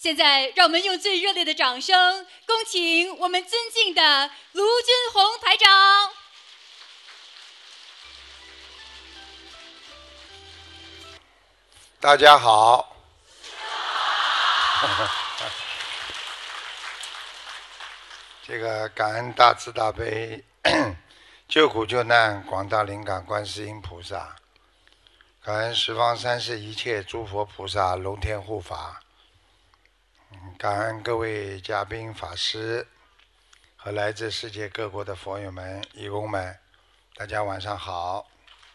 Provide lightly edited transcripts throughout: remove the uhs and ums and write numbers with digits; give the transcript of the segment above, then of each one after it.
现在，让我们用最热烈的掌声，恭请我们尊敬的卢军红台长。 大家好。这个感恩大慈大悲救苦救难广大灵感观世音菩萨，感恩十方三世一切诸佛菩萨龙天护法，感恩各位嘉宾法师和来自世界各国的佛友们义工们，大家晚上好。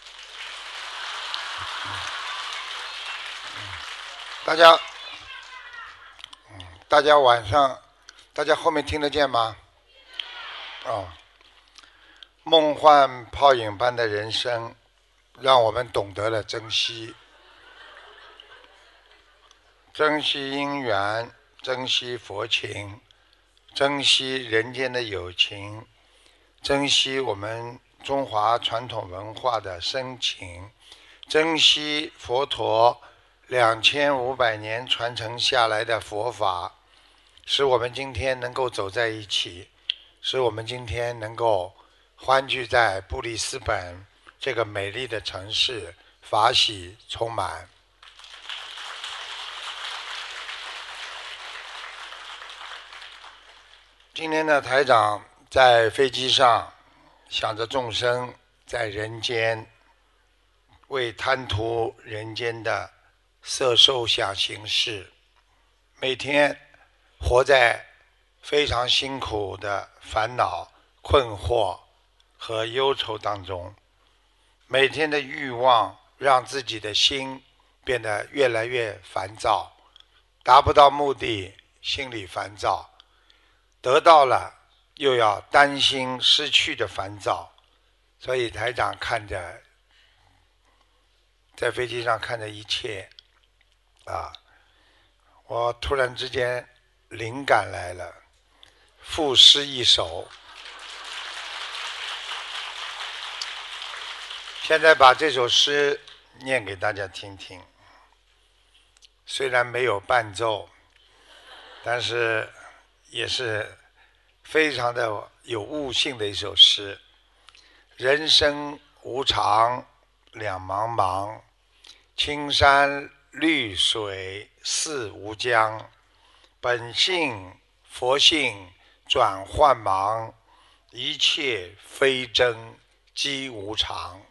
大家晚上，大家后面听得见吗？梦幻泡影般的人生，让我们懂得了珍惜，珍惜因缘，珍惜佛情，珍惜人间的友情，珍惜我们中华传统文化的深情，珍惜佛陀2500年传承下来的佛法，使我们今天能够走在一起，使我们今天能够欢聚在布里斯本这个美丽的城市，法喜充满。今天的台长在飞机上想着众生在人间为贪图人间的色受想行识，每天活在非常辛苦的烦恼、困惑和忧愁当中，每天的欲望让自己的心变得越来越烦躁，达不到目的心里烦躁，得到了又要担心失去的烦躁。所以台长看着在飞机上看着一切我突然之间灵感来了，赋诗一首。现在把这首诗念给大家听听，虽然没有伴奏，但是也是非常的有悟性的一首诗。人生无常两茫茫，青山绿水似无疆，本性佛性转幻茫，一切非真即无常。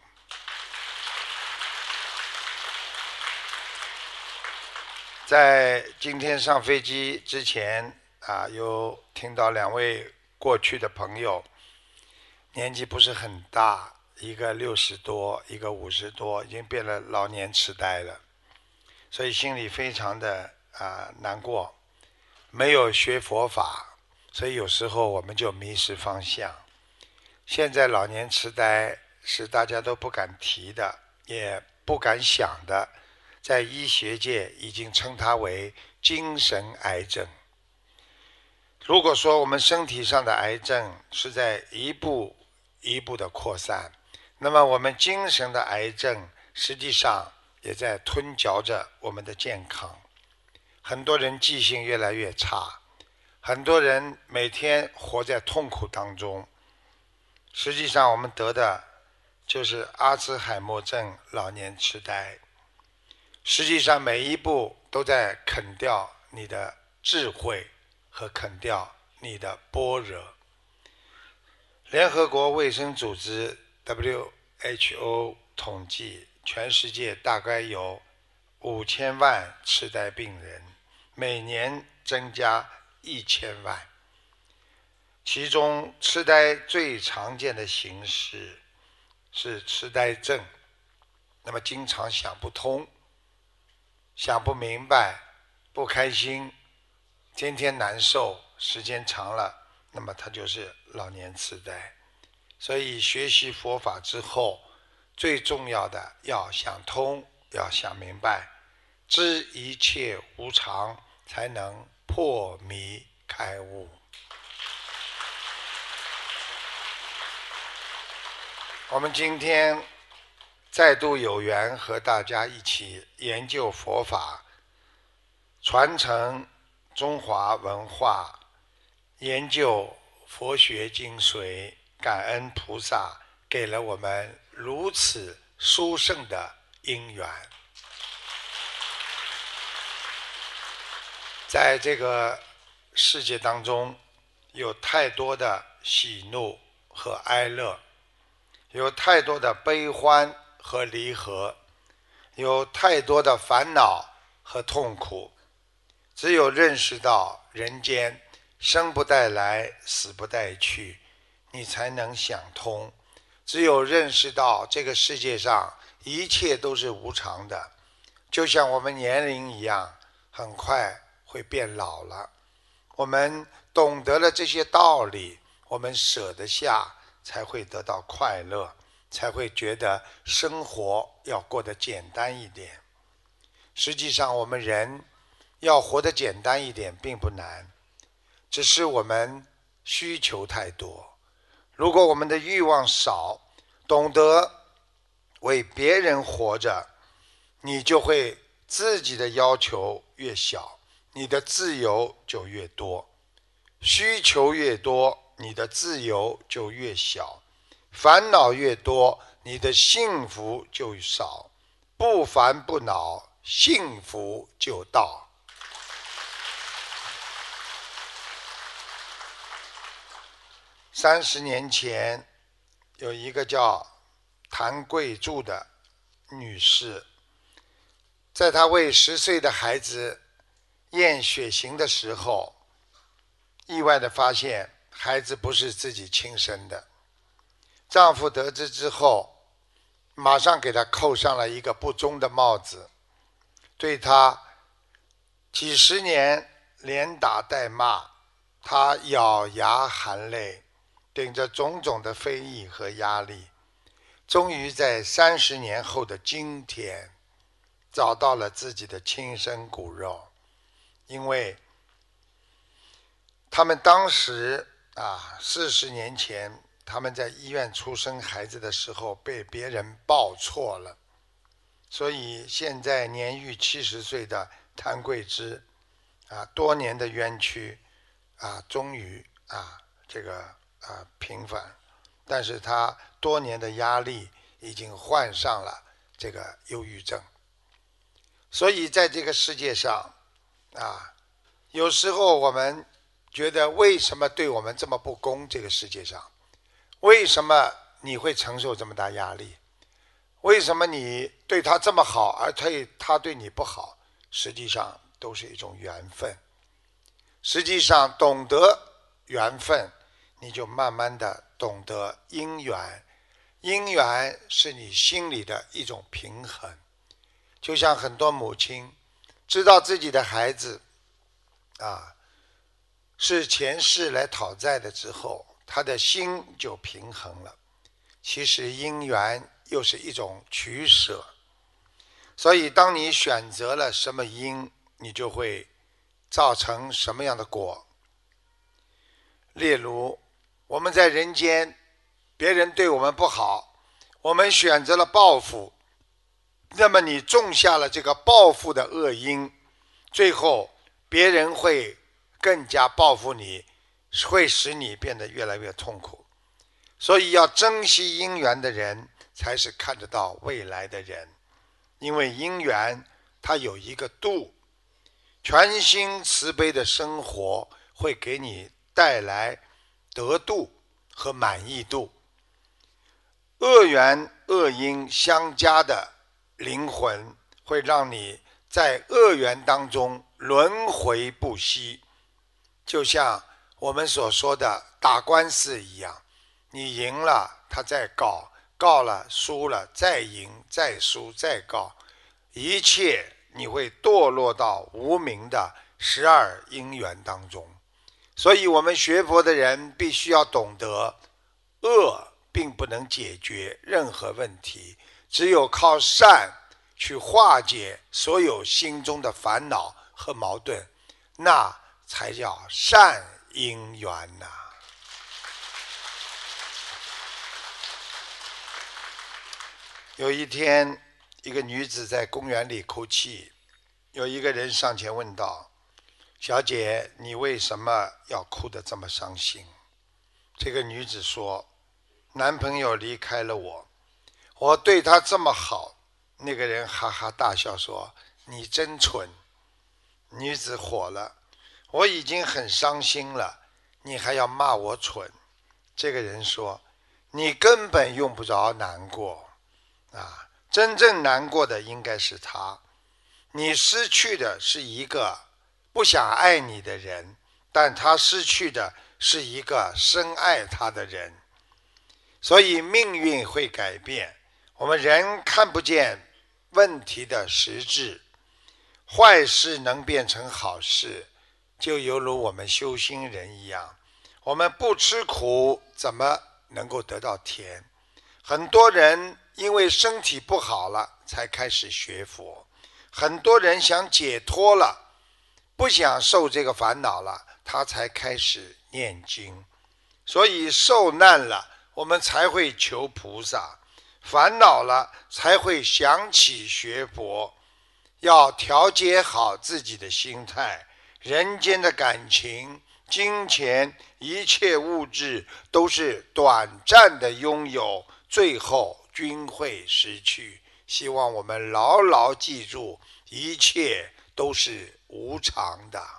在今天上飞机之前有听到2位过去的朋友，年纪不是很大，一个60多，一个50多，已经变了老年痴呆了，所以心里非常的难过。没有学佛法，所以有时候我们就迷失方向。现在老年痴呆是大家都不敢提的，也不敢想的，在医学界已经称它为精神癌症。如果说我们身体上的癌症是在一步一步的扩散，那么我们精神的癌症实际上也在吞嚼着我们的健康。很多人记性越来越差，很多人每天活在痛苦当中。实际上我们得的就是阿兹海默症、老年痴呆。实际上每一步都在啃掉你的智慧和啃掉你的般若。联合国卫生组织 WHO 统计，全世界大概有5000万痴呆病人，每年增加1000万。其中痴呆最常见的形式是痴呆症，那么经常想不通，想不明白，不开心，天天难受，时间长了，那么他就是老年痴呆。所以学习佛法之后，最重要的要想通，要想明白，知一切无常，才能破迷开悟。我们今天再度有缘和大家一起研究佛法，传承中华文化，研究佛学精髓，感恩菩萨给了我们如此殊胜的因缘。在这个世界当中，有太多的喜怒和哀乐，有太多的悲欢和离合，有太多的烦恼和痛苦。只有认识到人间生不带来，死不带去，你才能想通。只有认识到这个世界上一切都是无常的，就像我们年龄一样，很快会变老了。我们懂得了这些道理，我们舍得下，才会得到快乐，才会觉得生活要过得简单一点。实际上我们人要活得简单一点并不难，只是我们需求太多。如果我们的欲望少，懂得为别人活着，你就会自己的要求越小，你的自由就越多。需求越多，你的自由就越小；烦恼越多，你的幸福就少。不烦不恼，幸福就到。30年前，有一个叫谭桂柱的女士，在她为10岁的孩子验血型的时候，意外地发现孩子不是自己亲生的。丈夫得知之后，马上给她扣上了一个不忠的帽子，对她几十年连打带骂，她咬牙含泪，顶着种种的非议和压力，终于在30年后的今天找到了自己的亲生骨肉。因为他们当时40年前他们在医院出生孩子的时候被别人报错了，所以现在年逾70岁的谭桂枝多年的冤屈终于平反，但是他多年的压力已经患上了这个忧郁症。所以在这个世界上有时候我们觉得为什么对我们这么不公，这个世界上为什么你会承受这么大压力，为什么你对他这么好而他对你不好，实际上都是一种缘分。实际上懂得缘分，你就慢慢的懂得因缘。因缘是你心里的一种平衡。就像很多母亲知道自己的孩子是前世来讨债的之后，他的心就平衡了。其实因缘又是一种取舍，所以当你选择了什么因，你就会造成什么样的果。例如我们在人间，别人对我们不好，我们选择了报复，那么你种下了这个报复的恶因，最后别人会更加报复你，会使你变得越来越痛苦。所以要珍惜因缘的人，才是看得到未来的人。因为因缘它有一个度，全心慈悲的生活会给你带来得度和满意度。恶缘恶因相加的灵魂，会让你在恶缘当中轮回不息。就像我们所说的打官司一样，你赢了他再告，告了输了再赢再输再告，一切你会堕落到无明的12因缘当中。所以我们学佛的人必须要懂得，恶并不能解决任何问题，只有靠善去化解所有心中的烦恼和矛盾，那才叫善因缘有一天，一个女子在公园里哭泣，有一个人上前问道： 小姐，你为什么要哭得这么伤心？这个女子说，男朋友离开了我，我对他这么好。那个人哈哈大笑说，你真蠢。女子火了，我已经很伤心了，你还要骂我蠢。这个人说，你根本用不着难过啊，真正难过的应该是他。你失去的是一个不想爱你的人，但他失去的是一个深爱他的人。所以命运会改变，我们人看不见问题的实质，坏事能变成好事，就犹如我们修心人一样，我们不吃苦怎么能够得到甜？很多人因为身体不好了才开始学佛，很多人想解脱了，不想受这个烦恼了，他才开始念经。所以受难了，我们才会求菩萨，烦恼了才会想起学佛。要调节好自己的心态，人间的感情、金钱、一切物质都是短暂的拥有，最后均会失去。希望我们牢牢记住，一切都是无常的。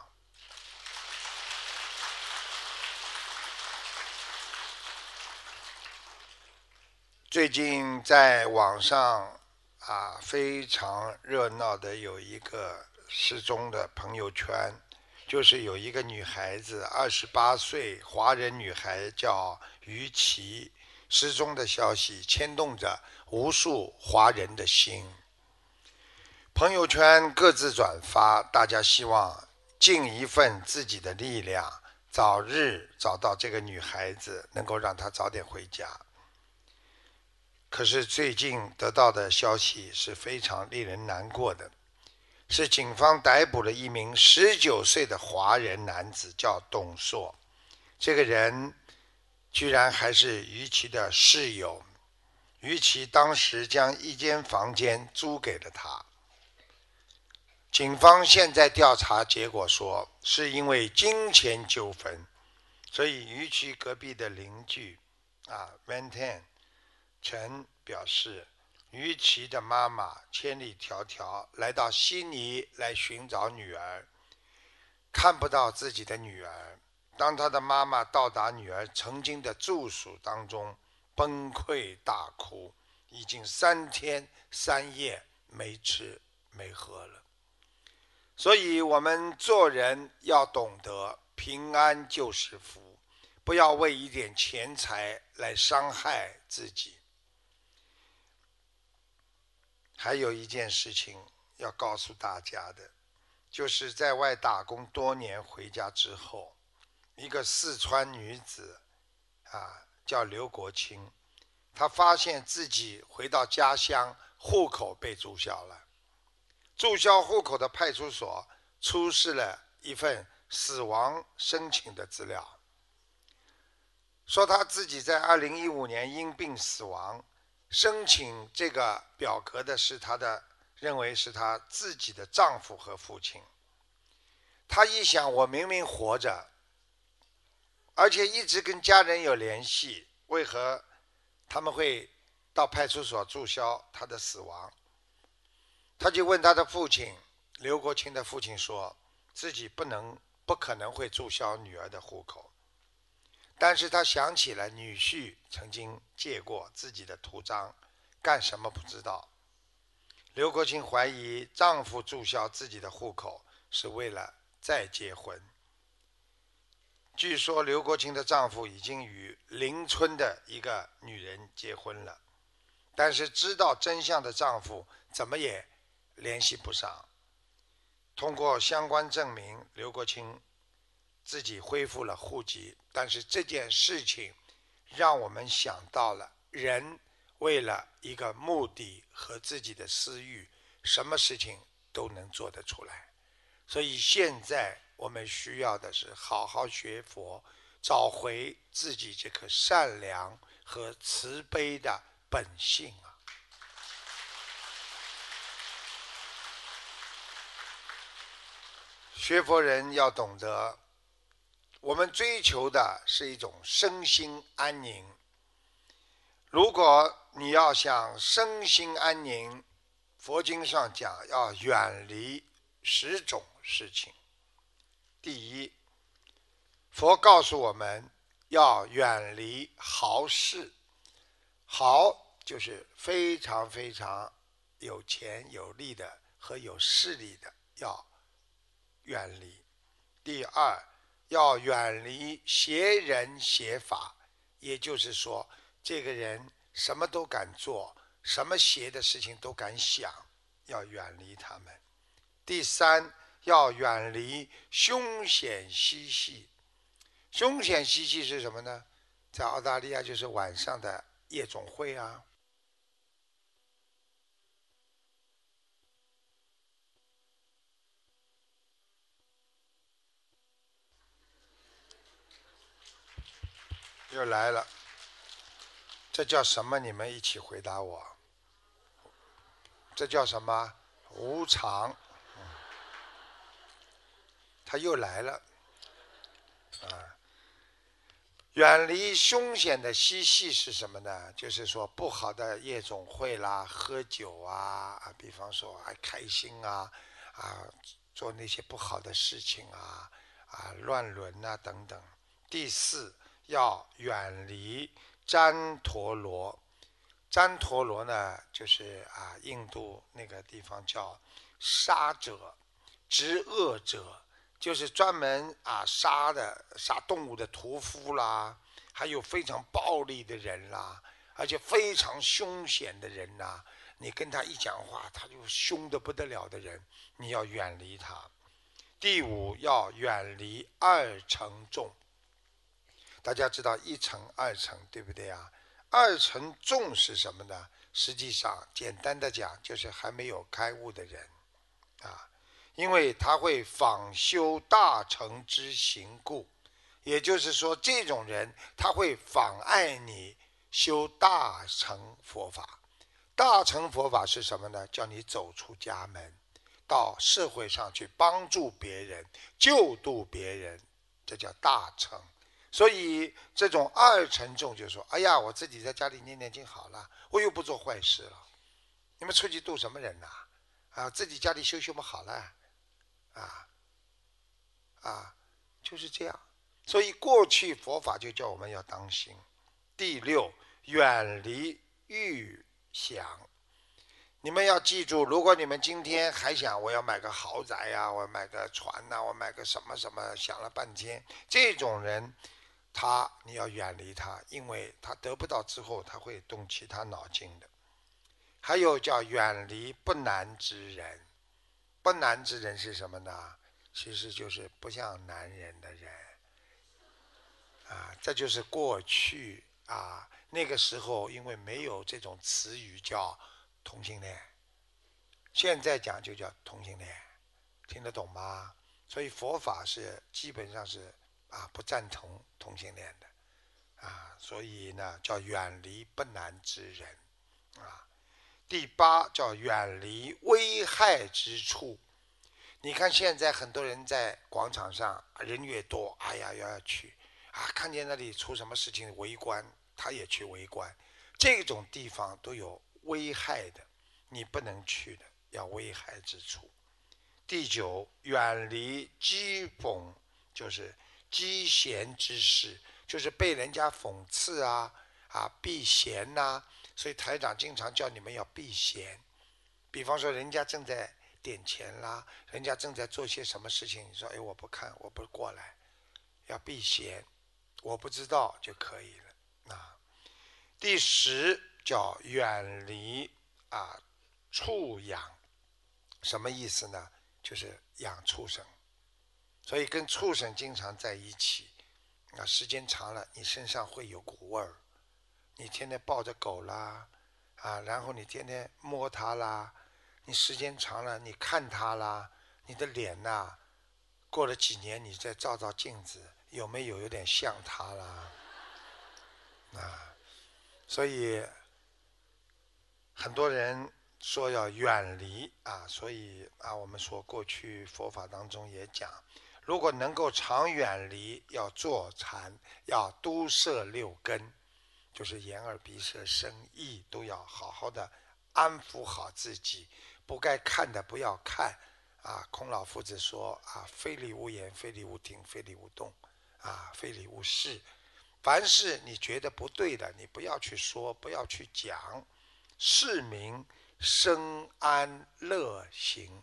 最近在网上非常热闹的有一个失踪的朋友圈，就是有一个女孩子，28岁，华人女孩叫于琦，失踪的消息牵动着无数华人的心。朋友圈各自转发，大家希望尽一份自己的力量，早日找到这个女孩子，能够让她早点回家。可是最近得到的消息是非常令人难过的，是警方逮捕了一名19岁的华人男子，叫董硕。这个人居然还是于琦的室友，于琦当时将一间房间租给了他。警方现在调查结果说，是因为金钱纠纷，所以于琦隔壁的邻居Van陈表示，于琦的妈妈千里迢迢来到悉尼来寻找女儿，看不到自己的女儿。当他的妈妈到达女儿曾经的住所当中，崩溃大哭，已经3天3夜没吃没喝了。所以我们做人要懂得，平安就是福，不要为一点钱财来伤害自己。还有一件事情要告诉大家的，就是在外打工多年回家之后，一个四川女子叫刘国清，她发现自己回到家乡，户口被注销了。注销户口的派出所出示了一份死亡申请的资料，说她自己在2015年因病死亡。申请这个表格的是认为是她自己的丈夫和父亲。她一想，我明明活着，而且一直跟家人有联系，为何他们会到派出所注销她的死亡？她就问她的父亲，刘国清的父亲说，自己不可能会注销女儿的户口。但是他想起了女婿曾经借过自己的图章，干什么不知道。刘国清怀疑丈夫注销自己的户口是为了再结婚。据说刘国清的丈夫已经与邻村的一个女人结婚了，但是知道真相的丈夫怎么也联系不上。通过相关证明，刘国清自己恢复了户籍，但是这件事情让我们想到了，人为了一个目的和自己的私欲，什么事情都能做得出来。所以现在我们需要的是好好学佛，找回自己这颗善良和慈悲的本性啊！ 学佛人要懂得，我们追求的是一种身心安宁。如果你要想身心安宁，佛经上讲要远离10种事情。第一，佛告诉我们要远离豪事。豪就是非常非常有钱有力的和有势力的，要远离。第二，要远离邪人邪法，也就是说这个人什么都敢做，什么邪的事情都敢想，要远离他们。第三，要远离凶险嬉戏。凶险嬉戏是什么呢？在澳大利亚就是晚上的夜总会啊，又来了，这叫什么？你们一起回答我。这叫什么？无常。他又来了，远离凶险的嬉戏是什么呢？就是说不好的夜总会啦，喝酒啊，比方说还开心啊，做那些不好的事情啊，乱伦啊等等。第四，要远离旃陀罗。旃陀罗呢，就是印度那个地方叫杀者、执恶者，就是专门杀动物的屠夫啦，还有非常暴力的人啦，而且非常凶险的人啦。你跟他一讲话，他就凶得不得了的人，你要远离他。第五，要远离二乘众。大家知道一乘、二乘，对不对啊？二乘众是什么呢？实际上，简单的讲，就是还没有开悟的人，因为他会仿修大乘之行故，也就是说，这种人他会妨碍你修大乘佛法。大乘佛法是什么呢？叫你走出家门，到社会上去帮助别人、救度别人，这叫大乘。所以这种二乘众就说：“哎呀，我自己在家里念念经好了，我又不做坏事了。你们出去度什么人呐？自己家里修不好了，就是这样。所以过去佛法就叫我们要当心。第六，远离欲想。你们要记住，如果你们今天还想我要买个豪宅呀，我买个船呐，我买个什么什么，想了半天，这种人。你要远离他，因为他得不到之后，他会动其他脑筋的。还有叫远离不男之人。不男之人是什么呢？其实就是不像男人的人，这就是过去那个时候因为没有这种词语叫同性恋，现在讲就叫同性恋，听得懂吗？所以佛法是基本上是不赞同同性恋的，所以呢叫远离不男之人，第八叫远离危害之处。你看现在很多人在广场上人越多，要去看见那里出什么事情围观，他也去围观，这种地方都有危害的，你不能去的，要危害之处。第九，远离讥讽，就是讥嫌之事，就是被人家讽刺避嫌呐。所以台长经常叫你们要避嫌。比方说人家正在点钱啦，人家正在做些什么事情，你说我不看，我不过来，要避嫌，我不知道就可以了。第十叫远离畜养。什么意思呢？就是养畜生，所以跟畜生经常在一起，时间长了，你身上会有股味儿。你天天抱着狗啦，然后你天天摸它啦，你时间长了，你看它啦，你的脸过了几年，你再照照镜子，有没有点像它啦？所以很多人说要远离啊，所以啊，我们说过去佛法当中也讲，如果能够常远离，要坐禅，要都摄六根，就是眼耳鼻舌身意都要好好的安抚好自己，不该看的不要看啊。孔老夫子说啊，非礼勿言，非礼勿听，非礼勿动啊，非礼勿视。凡是你觉得不对的，你不要去说，不要去讲，是名生安乐行。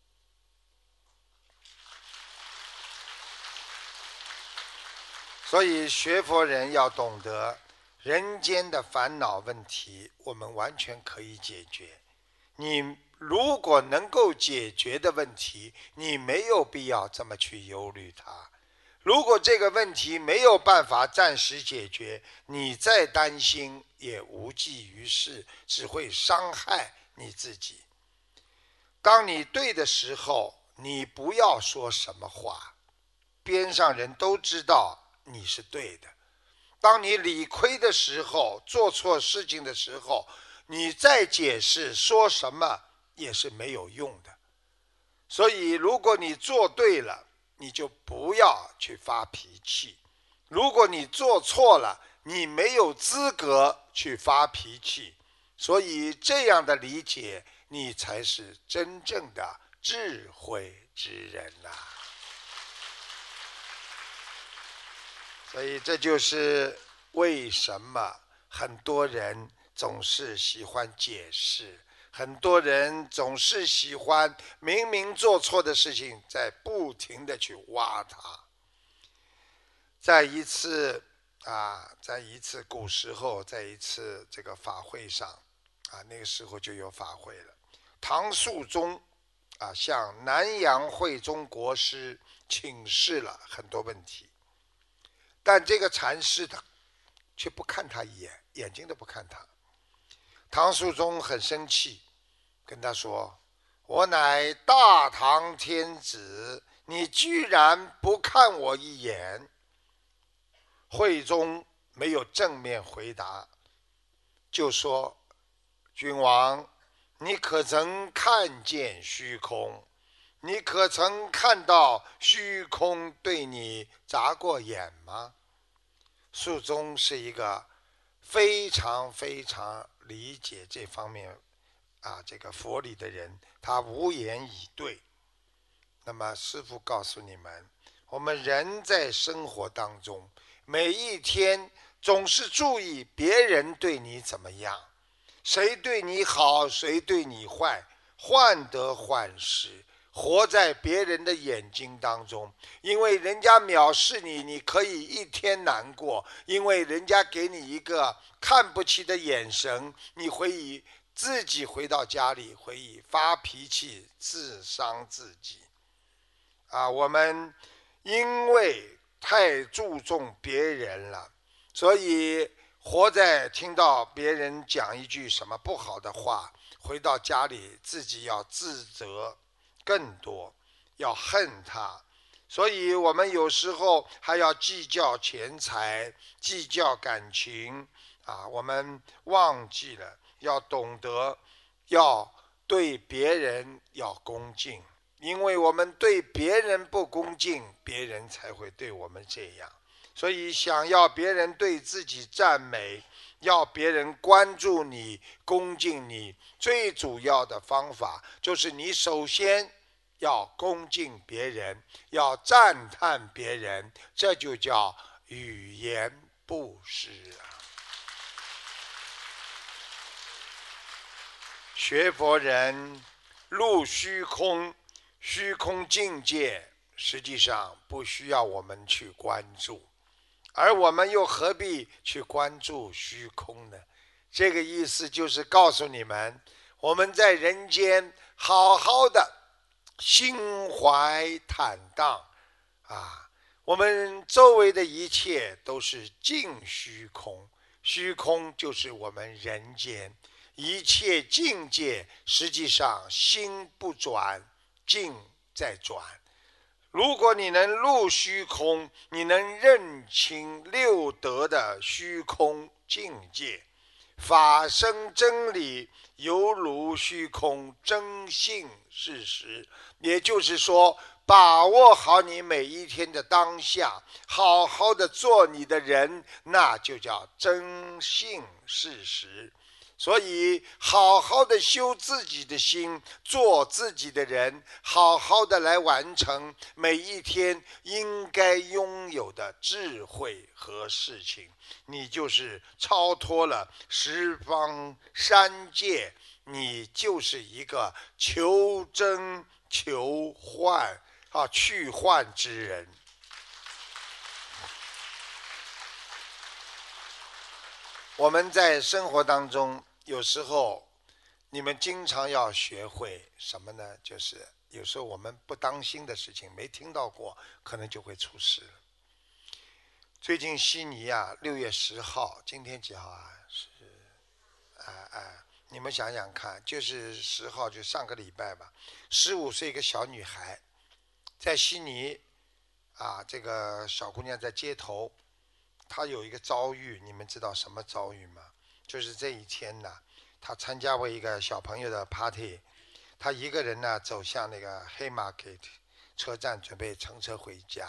所以学佛人要懂得，人间的烦恼问题我们完全可以解决。你如果能够解决的问题，你没有必要这么去忧虑它。如果这个问题没有办法暂时解决，你再担心也无济于事，只会伤害你自己。当你对的时候，你不要说什么话，边上人都知道你是对的。当你理亏的时候，做错事情的时候，你再解释说什么也是没有用的。所以如果你做对了，你就不要去发脾气。如果你做错了，你没有资格去发脾气。所以这样的理解，你才是真正的智慧之人呐。所以这就是为什么很多人总是喜欢解释，很多人总是喜欢明明做错的事情，在不停地去挖它。在一次古时候，在一次这个法会上那个时候就有法会了。唐肃宗向南阳慧忠国师请示了很多问题，但这个禅师他却不看他一眼，眼睛都不看他。唐肃宗很生气，跟他说：“我乃大唐天子，你居然不看我一眼。”慧忠没有正面回答，就说：“君王，你可曾看见虚空？你可曾看到虚空对你眨过眼吗？”肃宗是一个非常非常理解这方面这个佛理的人，他无言以对。那么师父告诉你们，我们人在生活当中，每一天总是注意别人对你怎么样，谁对你好，谁对你坏，患得患失，活在别人的眼睛当中。因为人家藐视你，你可以一天难过；因为人家给你一个看不起的眼神，你会以自己回到家里会以发脾气，自伤自己。我们因为太注重别人了，所以活在听到别人讲一句什么不好的话，回到家里自己要自责更多，要恨他。所以我们有时候还要计较钱财，计较感情我们忘记了要懂得要对别人要恭敬。因为我们对别人不恭敬，别人才会对我们这样。所以想要别人对自己赞美，要别人关注你，恭敬你，最主要的方法就是你首先要恭敬别人，要赞叹别人，这就叫语言布施学佛人入虚空，虚空境界实际上不需要我们去关注，而我们又何必去关注虚空呢？这个意思就是告诉你们，我们在人间好好的心怀坦荡我们周围的一切都是净虚空，虚空就是我们人间一切境界，实际上心不转，境在转。如果你能入虚空，你能认清六德的虚空境界， 法生真理，犹如虚空，真性事实。也就是说，把握好你每一天的当下，好好的做你的人，那就叫真性事实。所以好好的修自己的心，做自己的人，好好的来完成每一天应该拥有的智慧和事情，你就是超脱了十方三界，你就是一个求真求幻去幻之人。我们在生活当中有时候你们经常要学会什么呢？就是有时候我们不当心的事情，没听到过，可能就会出事了。最近悉尼啊，6月10号，今天几号啊？你们想想看，就是10号，就上个礼拜吧，15岁一个小女孩，在悉尼这个小姑娘在街头，她有一个遭遇，你们知道什么遭遇吗？就是这一天呢，她参加过一个小朋友的 party， 她一个人呢走向那个 Haymarket 车站，准备乘车回家。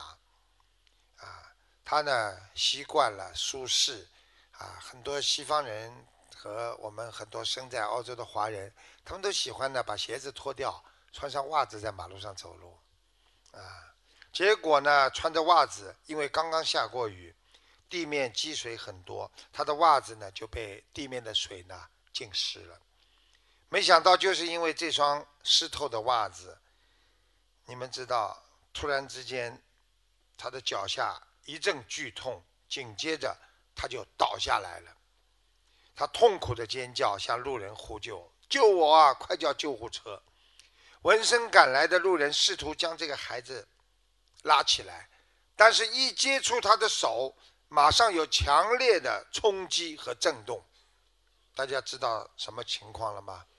她呢习惯了舒适很多西方人和我们很多生在澳洲的华人，他们都喜欢呢把鞋子脱掉，穿上袜子在马路上走路结果呢穿着袜子，因为刚刚下过雨，地面积水很多，他的袜子呢就被地面的水呢浸湿了。没想到就是因为这双湿透的袜子，你们知道，突然之间他的脚下一阵剧痛，紧接着他就倒下来了。他痛苦的尖叫，向路人呼救：“救我啊！快叫救护车！”闻声赶来的路人试图将这个孩子拉起来，但是一接触他的手，马上有强烈的冲击和震动。大家知道什么情况了吗？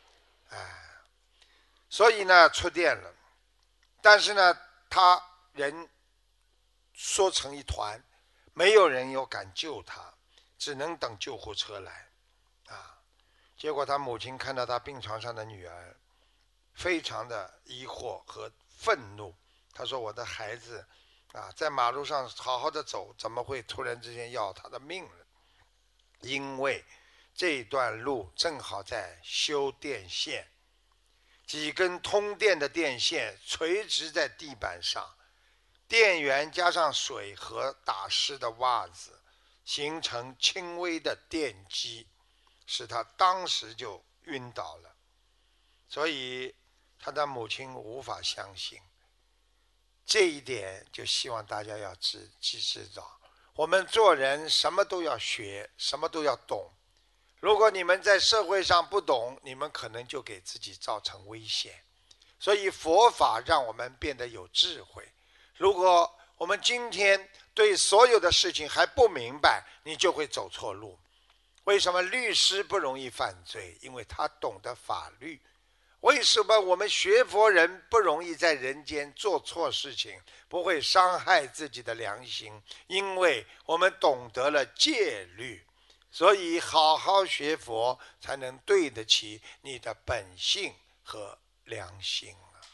所以呢触电了，但是呢他人缩成一团，没有人敢救他，只能等救护车来结果他母亲看到他病床上的女儿，非常的疑惑和愤怒。他说：“我的孩子在马路上好好的走，怎么会突然之间要他的命了？因为这段路正好在修电线，几根通电的电线垂直在地板上，电源加上水和打湿的袜子，形成轻微的电击，使他当时就晕倒了。所以他的母亲无法相信。这一点就希望大家要知道，我们做人什么都要学，什么都要懂。如果你们在社会上不懂，你们可能就给自己造成危险。所以佛法让我们变得有智慧。如果我们今天对所有的事情还不明白，你就会走错路。为什么律师不容易犯罪？因为他懂得法律。为什么我们学佛人不容易在人间做错事情，不会伤害自己的良心？因为我们懂得了戒律。所以好好学佛，才能对得起你的本性和良心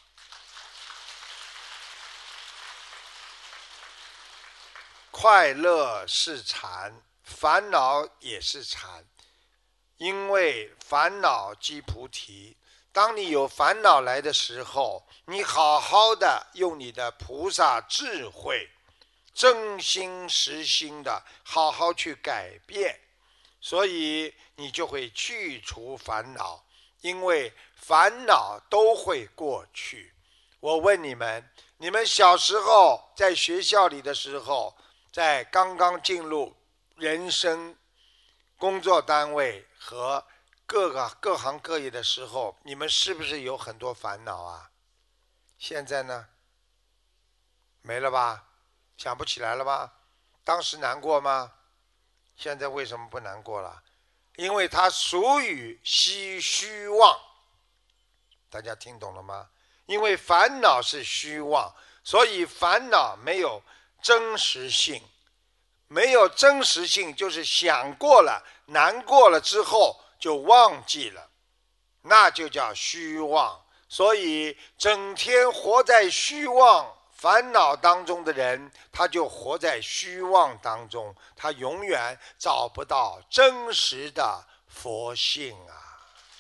快乐是禅，烦恼也是禅，因为烦恼即菩提。当你有烦恼来的时候，你好好的用你的菩萨智慧，真心实心的好好去改变，所以你就会去除烦恼，因为烦恼都会过去。我问你们，你们小时候在学校里的时候，在刚刚进入人生工作单位和各行各业的时候，你们是不是有很多烦恼啊？现在呢？没了吧？想不起来了吧？当时难过吗？现在为什么不难过了？因为它属于虚妄。大家听懂了吗？因为烦恼是虚妄，所以烦恼没有真实性。没有真实性，就是想过了难过了之后就忘记了，那就叫虚妄。所以整天活在虚妄烦恼当中的人，他就活在虚妄当中，他永远找不到真实的佛性啊！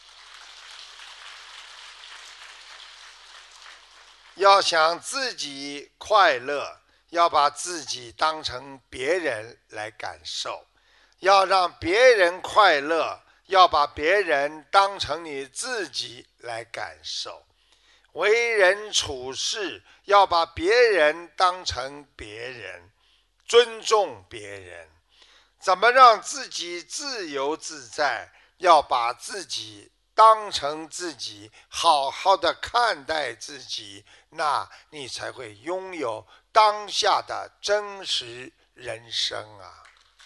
要想自己快乐，要把自己当成别人来感受，要让别人快乐，要把别人当成你自己来感受。为人处事要把别人当成别人，尊重别人。怎么让自己自由自在？要把自己当成自己，好好的看待自己，那你才会拥有当下的真实人生啊！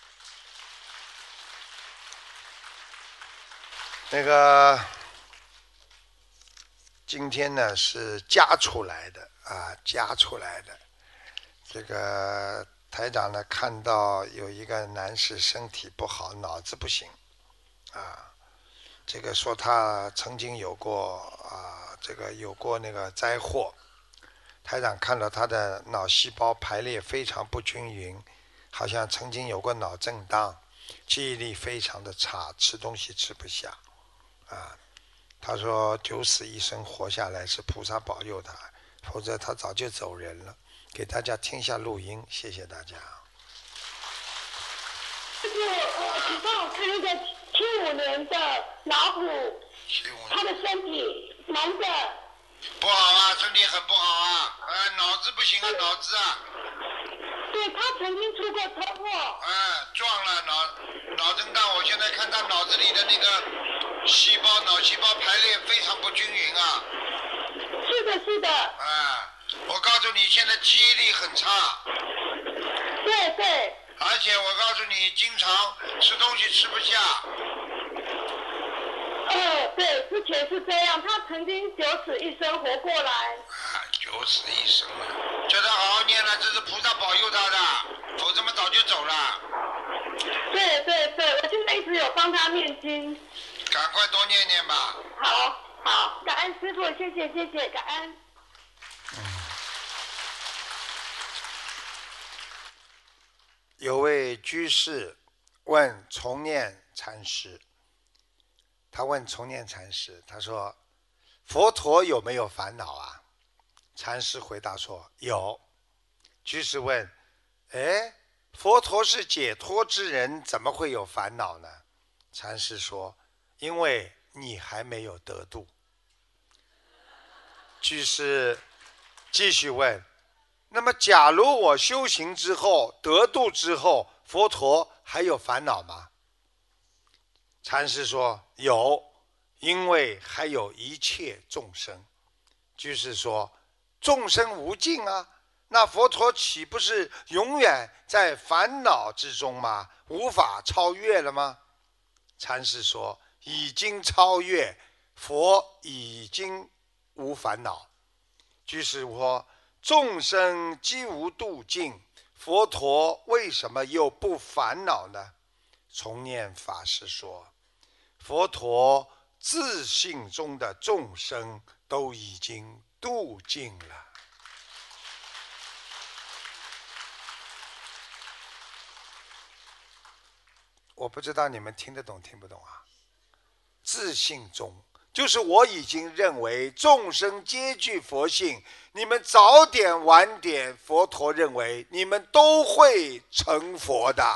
今天呢是加出来的啊，加出来的。这个台长呢看到有一个男士身体不好，脑子不行啊。这个说他曾经有过有过那个灾祸。台长看到他的脑细胞排列非常不均匀，好像曾经有过脑震荡，记忆力非常的差，吃东西吃不下啊。他说九死一生活下来是菩萨保佑他，否则他早就走人了。给大家听一下录音，谢谢大家。 请帮我看一个75年的老虎，他的身体男的。 不好啊，身体很不好啊，脑子不行啊，脑子啊。 对，他曾经出过车祸。 撞了脑震荡，我现在看他脑子里的那个脑细胞排列非常不均匀啊。 是的，是的。 我告诉你，现在记忆力很差。 对对。 而且我告诉你，经常吃东西吃不下。 对，之前是这样，他曾经九死一生活过来。 九死一生了，叫他好好念了，这是菩萨保佑他的，否则嘛早就走了。 对对对，我现在一直有帮他念经。 赶快多念念吧。 好，感恩师父，谢谢，感恩。 有位居士问重念禅师，他问重念禅师，他说佛陀有没有烦恼啊？禅师回答说有。居士问，佛陀是解脱之人，怎么会有烦恼呢？禅师说，因为你还没有得度。居士继续问，那么假如我修行之后得度之后，佛陀还有烦恼吗？禅师说有，因为还有一切众生。居士说众生无尽啊，那佛陀岂不是永远在烦恼之中吗？无法超越了吗？禅师说已经超越，佛已经无烦恼。居士说众生既无度尽，佛陀为什么又不烦恼呢？重念法师说，佛陀自性中的众生都已经度尽了。我不知道你们听得懂听不懂啊？自性中就是我已经认为众生皆具佛性，你们早点晚点，佛陀认为你们都会成佛的，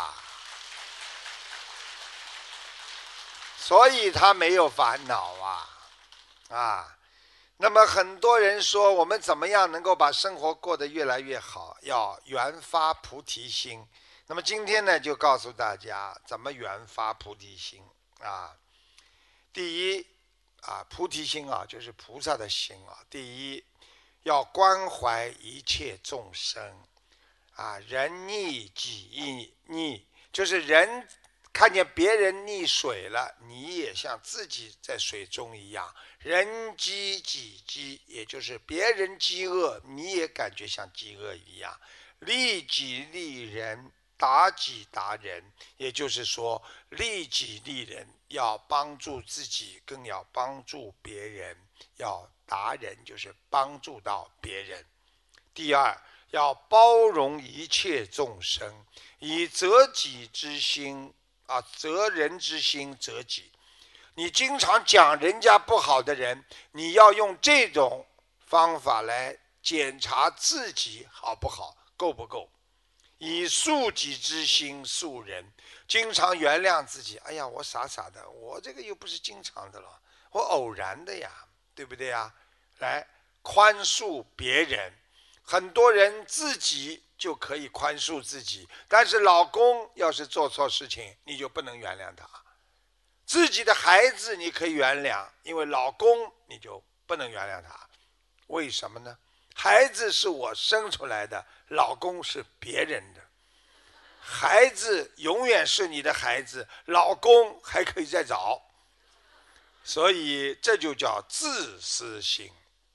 所以他没有烦恼啊。那么很多人说我们怎么样能够把生活过得越来越好，要圆发菩提心。那么今天呢，就告诉大家怎么圆发菩提心啊。第一菩提心就是菩萨的心第一要关怀一切众生人溺己溺，就是人看见别人溺水了，你也像自己在水中一样。人饥己饥，也就是别人饥饿，你也感觉像饥饿一样。利己利人， 达己达人，也就是说利己利人，要帮助自己，更要帮助别人。要达人就是帮助到别人。第二，要包容一切众生，以责己之心责人之心责己。你经常讲人家不好的人，你要用这种方法来检查自己好不好，够不够。以恕己之心恕人，经常原谅自己。哎呀，我傻傻的，我这个又不是经常的了，我偶然的呀，对不对呀？来宽恕别人。很多人自己就可以宽恕自己，但是老公要是做错事情，你就不能原谅他。自己的孩子你可以原谅，因为老公你就不能原谅他。为什么呢？孩子是我生出来的，老公是别人的。孩子永远是你的孩子，老公还可以再找。所以这就叫自私心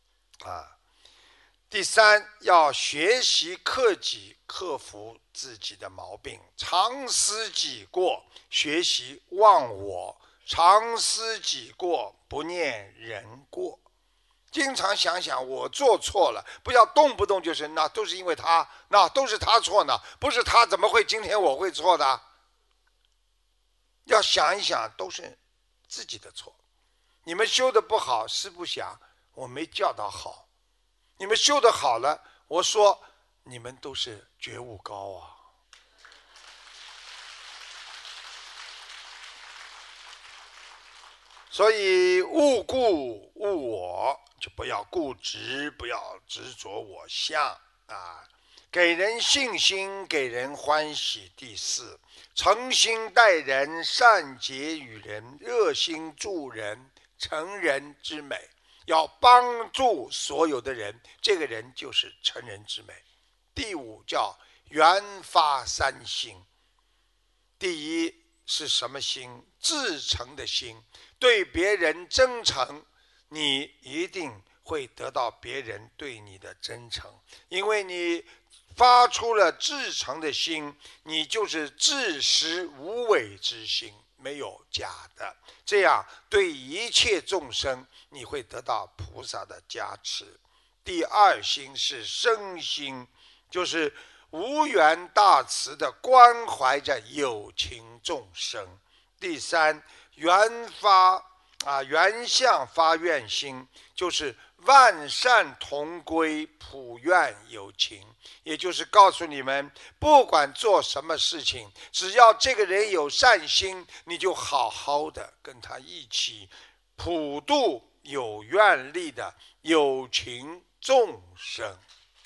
第三，要学习克己，克服自己的毛病，常思己过，学习忘我，常思己过，不念人过。经常想想我做错了，不要动不动就是那都是因为他，那都是他错呢，不是他怎么会今天我会错的？要想一想，都是自己的错。你们修的不好，师父想我没教导好。你们修得好了，我说你们都是觉悟高啊。所以勿固勿我，就不要固执，不要执着我相给人信心，给人欢喜。第四，诚心待人，善结与人，热心助人，成人之美。要帮助所有的人，这个人就是成人之美。第五叫缘发三心。第一是什么心？至诚的心，对别人真诚，你一定会得到别人对你的真诚，因为你发出了至诚的心，你就是至实无伪之心，没有假的。这样对一切众生你会得到菩萨的加持。第二心是生心，就是无缘大慈的关怀着有情众生。第三，缘相发愿心，就是万善同归，普愿有情。也就是告诉你们，不管做什么事情，只要这个人有善心，你就好好的跟他一起普度有愿力的有情众生。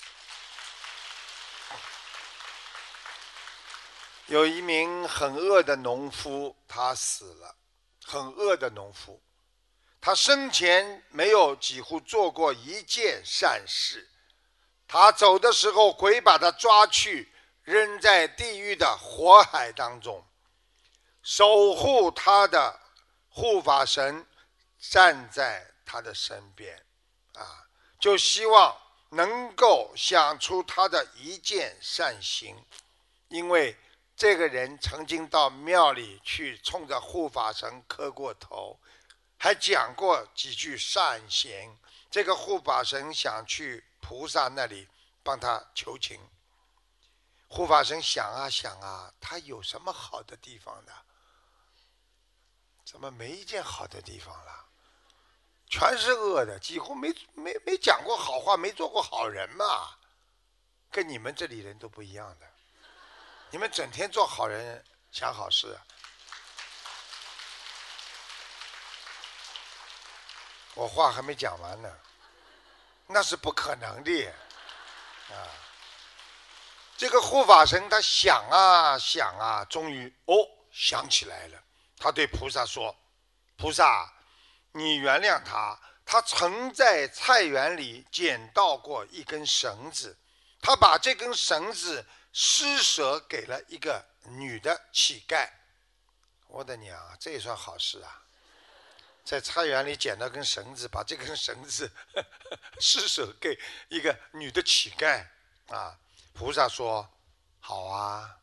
有一名很饿的农夫，他死了。很饿的农夫，他生前没有几乎做过一件善事。他走的时候，鬼把他抓去扔在地狱的火海当中。守护他的护法神站在他的身边就希望能够想出他的一件善行。因为这个人曾经到庙里去冲着护法神磕过头，还讲过几句善言。这个护法神想去菩萨那里帮他求情。护法神想啊想啊，他有什么好的地方呢？怎么没一件好的地方了？全是恶的，几乎没讲过好话，没做过好人嘛。跟你们这里人都不一样的，你们整天做好人，想好事。我话还没讲完呢，那是不可能的这个护法神他想啊想啊，终于想起来了。他对菩萨说：“菩萨，你原谅他，他曾在菜园里捡到过一根绳子，他把这根绳子施舍给了一个女的乞丐。”我的娘，这也算好事啊！在菜园里捡到根绳子，把这根绳子施舍给一个女的乞丐菩萨说：“好啊，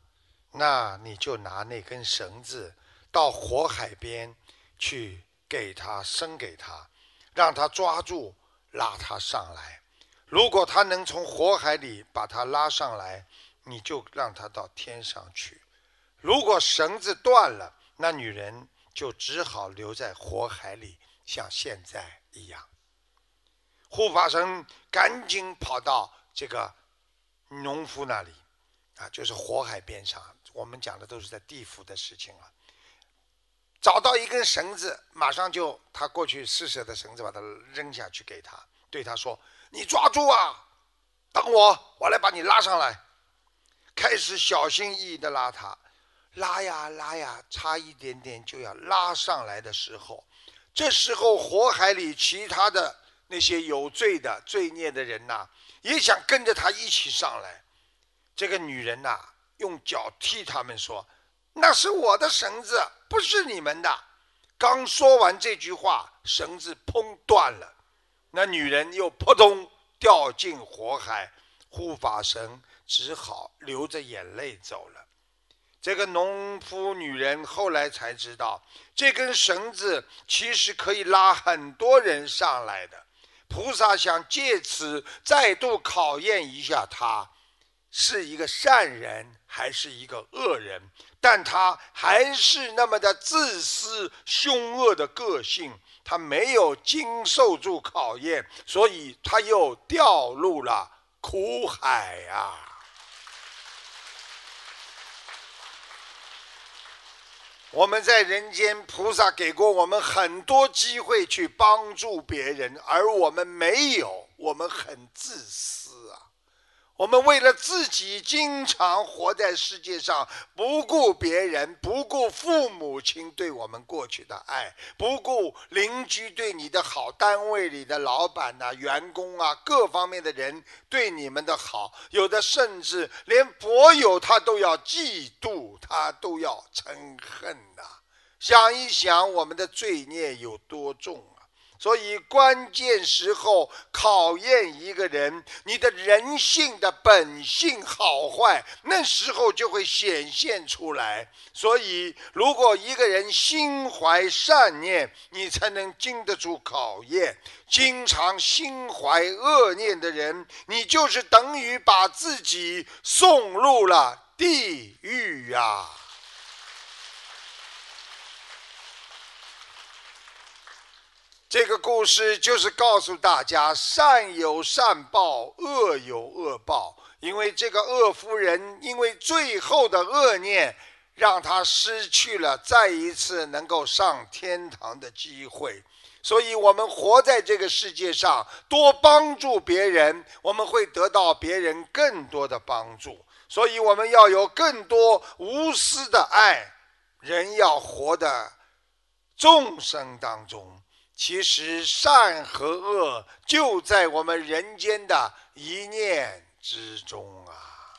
那你就拿那根绳子到火海边去给他伸给他，让他抓住，拉他上来。如果他能从火海里把他拉上来，你就让他到天上去。如果绳子断了，那女人就只好留在火海里，像现在一样。护法神赶紧跑到这个农夫那里，就是火海边上，我们讲的都是在地府的事情了。找到一根绳子，马上就他过去施舍的绳子，把它扔下去给他，对他说：“你抓住啊，等我来把你拉上来。”开始小心翼翼地拉他，拉呀拉呀，差一点点就要拉上来的时候，这时候火海里其他的那些有罪的罪孽的人呐，也想跟着他一起上来。这个女人呐，用脚踢他们说：“那是我的绳子，不是你们的。”刚说完这句话，绳子砰断了，那女人又扑通掉进火海，护法神只好流着眼泪走了。这个农夫女人后来才知道，这根绳子其实可以拉很多人上来的。菩萨想借此再度考验一下他是一个善人还是一个恶人，但他还是那么的自私凶恶的个性，他没有经受住考验，所以他又掉入了苦海啊。我们在人间，菩萨给过我们很多机会去帮助别人，而我们没有，我们很自私啊。我们为了自己经常活在世界上，不顾别人，不顾父母亲对我们过去的爱，不顾邻居对你的好，单位里的老板啊、员工啊，各方面的人对你们的好，有的甚至连佛友他都要嫉妒，他都要嗔恨啊。想一想我们的罪孽有多重啊！所以关键时候考验一个人，你的人性的本性好坏，那时候就会显现出来。所以如果一个人心怀善念，你才能经得住考验。经常心怀恶念的人，你就是等于把自己送入了地狱啊。这个故事就是告诉大家，善有善报，恶有恶报。因为这个恶夫人，因为最后的恶念，让她失去了再一次能够上天堂的机会。所以我们活在这个世界上，多帮助别人，我们会得到别人更多的帮助。所以我们要有更多无私的爱，人要活的众生当中。其实善和恶就在我们人间的一念之中啊！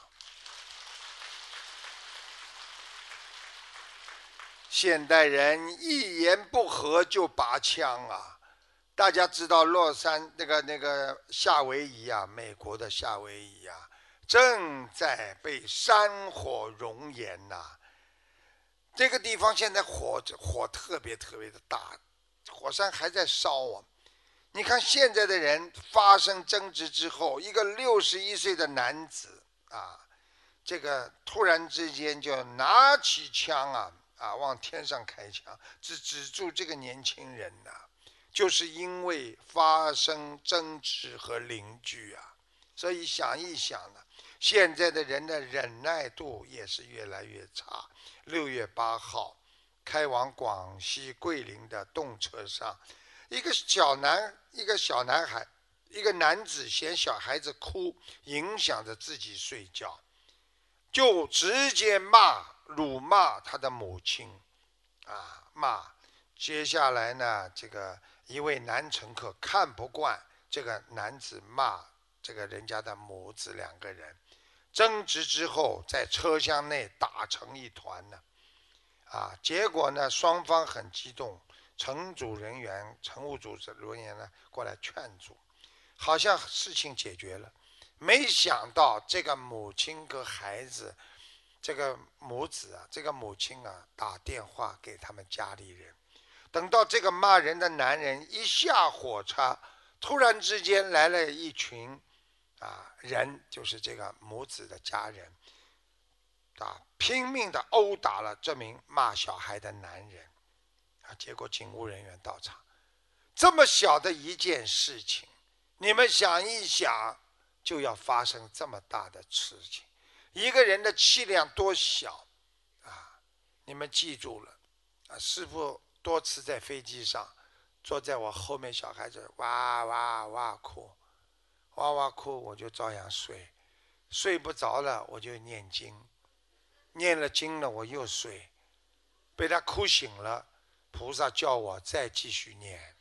现代人一言不合就拔枪啊！大家知道洛杉那个夏威夷啊，美国的夏威夷啊，正在被山火熔岩呐。这个地方现在火特别特别的大。火山还在烧啊！你看现在的人发生争执之后，一个61岁的男子啊，这个突然之间就拿起枪往天上开枪，指住这个年轻人呐，就是因为发生争执和邻居啊。所以想一想呢，现在的人的忍耐度也是越来越差。6月8号。开往广西桂林的动车上，一个小男孩，一个男子嫌小孩子哭影响着自己睡觉，就直接辱骂他的母亲，骂。接下来呢，这个一位男乘客看不惯这个男子骂这个人家的母子，两个人争执之后，在车厢内打成一团呢。结果呢，双方很激动，乘务组人员呢过来劝阻，好像事情解决了。没想到这个母亲和孩子这个母子啊，这个母亲啊，打电话给他们家里人。等到这个骂人的男人一下火车，突然之间来了一群人，就是这个母子的家人拼命的殴打了这名骂小孩的男人结果警务人员到场。这么小的一件事情，你们想一想，就要发生这么大的事情，一个人的气量多小你们记住了师父多次在飞机上坐在我后面，小孩子哇哇哇哭，哇哇哭，我就照样睡，睡不着了我就念经，念了经了我又睡，被他哭醒了，菩萨叫我再继续念。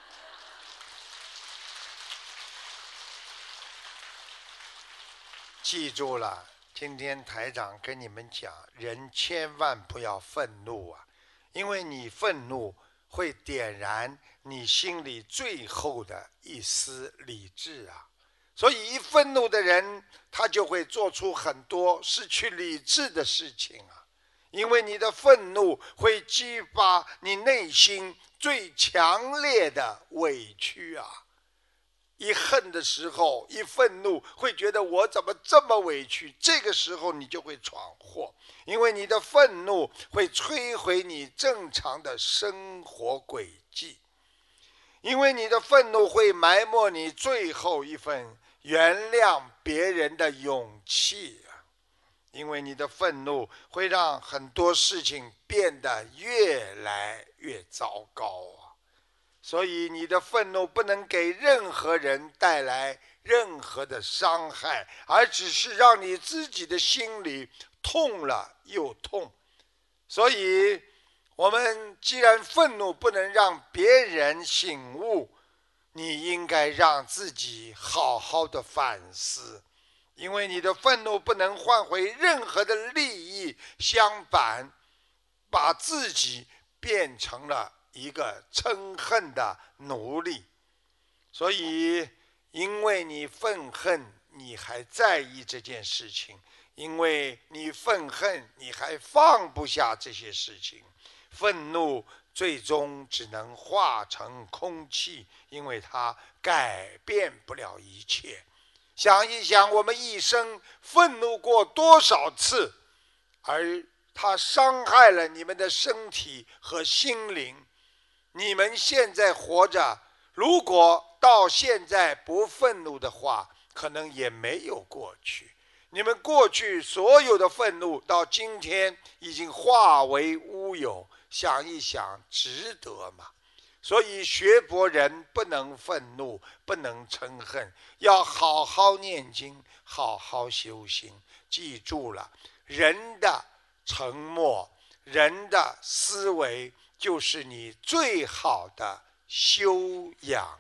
记住了，今天台长跟你们讲，人千万不要愤怒因为你愤怒会点燃你心里最后的一丝理智所以一愤怒的人，他就会做出很多失去理智的事情因为你的愤怒会激发你内心最强烈的委屈一恨的时候，一愤怒，会觉得我怎么这么委屈，这个时候你就会闯祸，因为你的愤怒会摧毁你正常的生活轨迹，因为你的愤怒会埋没你最后一份原谅别人的勇气因为你的愤怒会让很多事情变得越来越糟糕所以你的愤怒不能给任何人带来任何的伤害，而只是让你自己的心里痛了又痛。所以我们既然愤怒不能让别人醒悟，你应该让自己好好的反思，因为你的愤怒不能换回任何的利益，相反把自己变成了一个嗔恨的奴隶。所以因为你愤恨，你还在意这件事情，因为你愤恨，你还放不下这些事情，愤怒最终只能化成空气，因为它改变不了一切。想一想，我们一生愤怒过多少次，而它伤害了你们的身体和心灵。你们现在活着，如果到现在不愤怒的话，可能也没有过去。你们过去所有的愤怒到今天已经化为乌有，想一想值得吗？所以学佛人不能愤怒，不能嗔恨，要好好念经，好好修心。记住了，人的沉默，人的思维，就是你最好的修养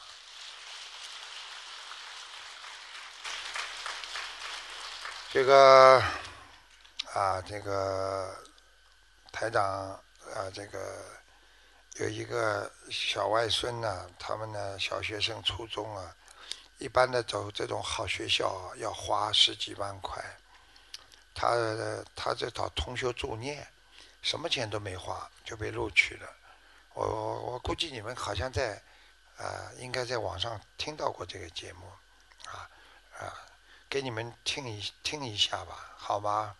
这个台长这个有一个小外孙他们的小学生初中一般的走这种好学校要花10几万块，他这找同修助念，什么钱都没花就被录取了。我估计你们好像在应该在网上听到过这个节目给你们听一下吧，好吗？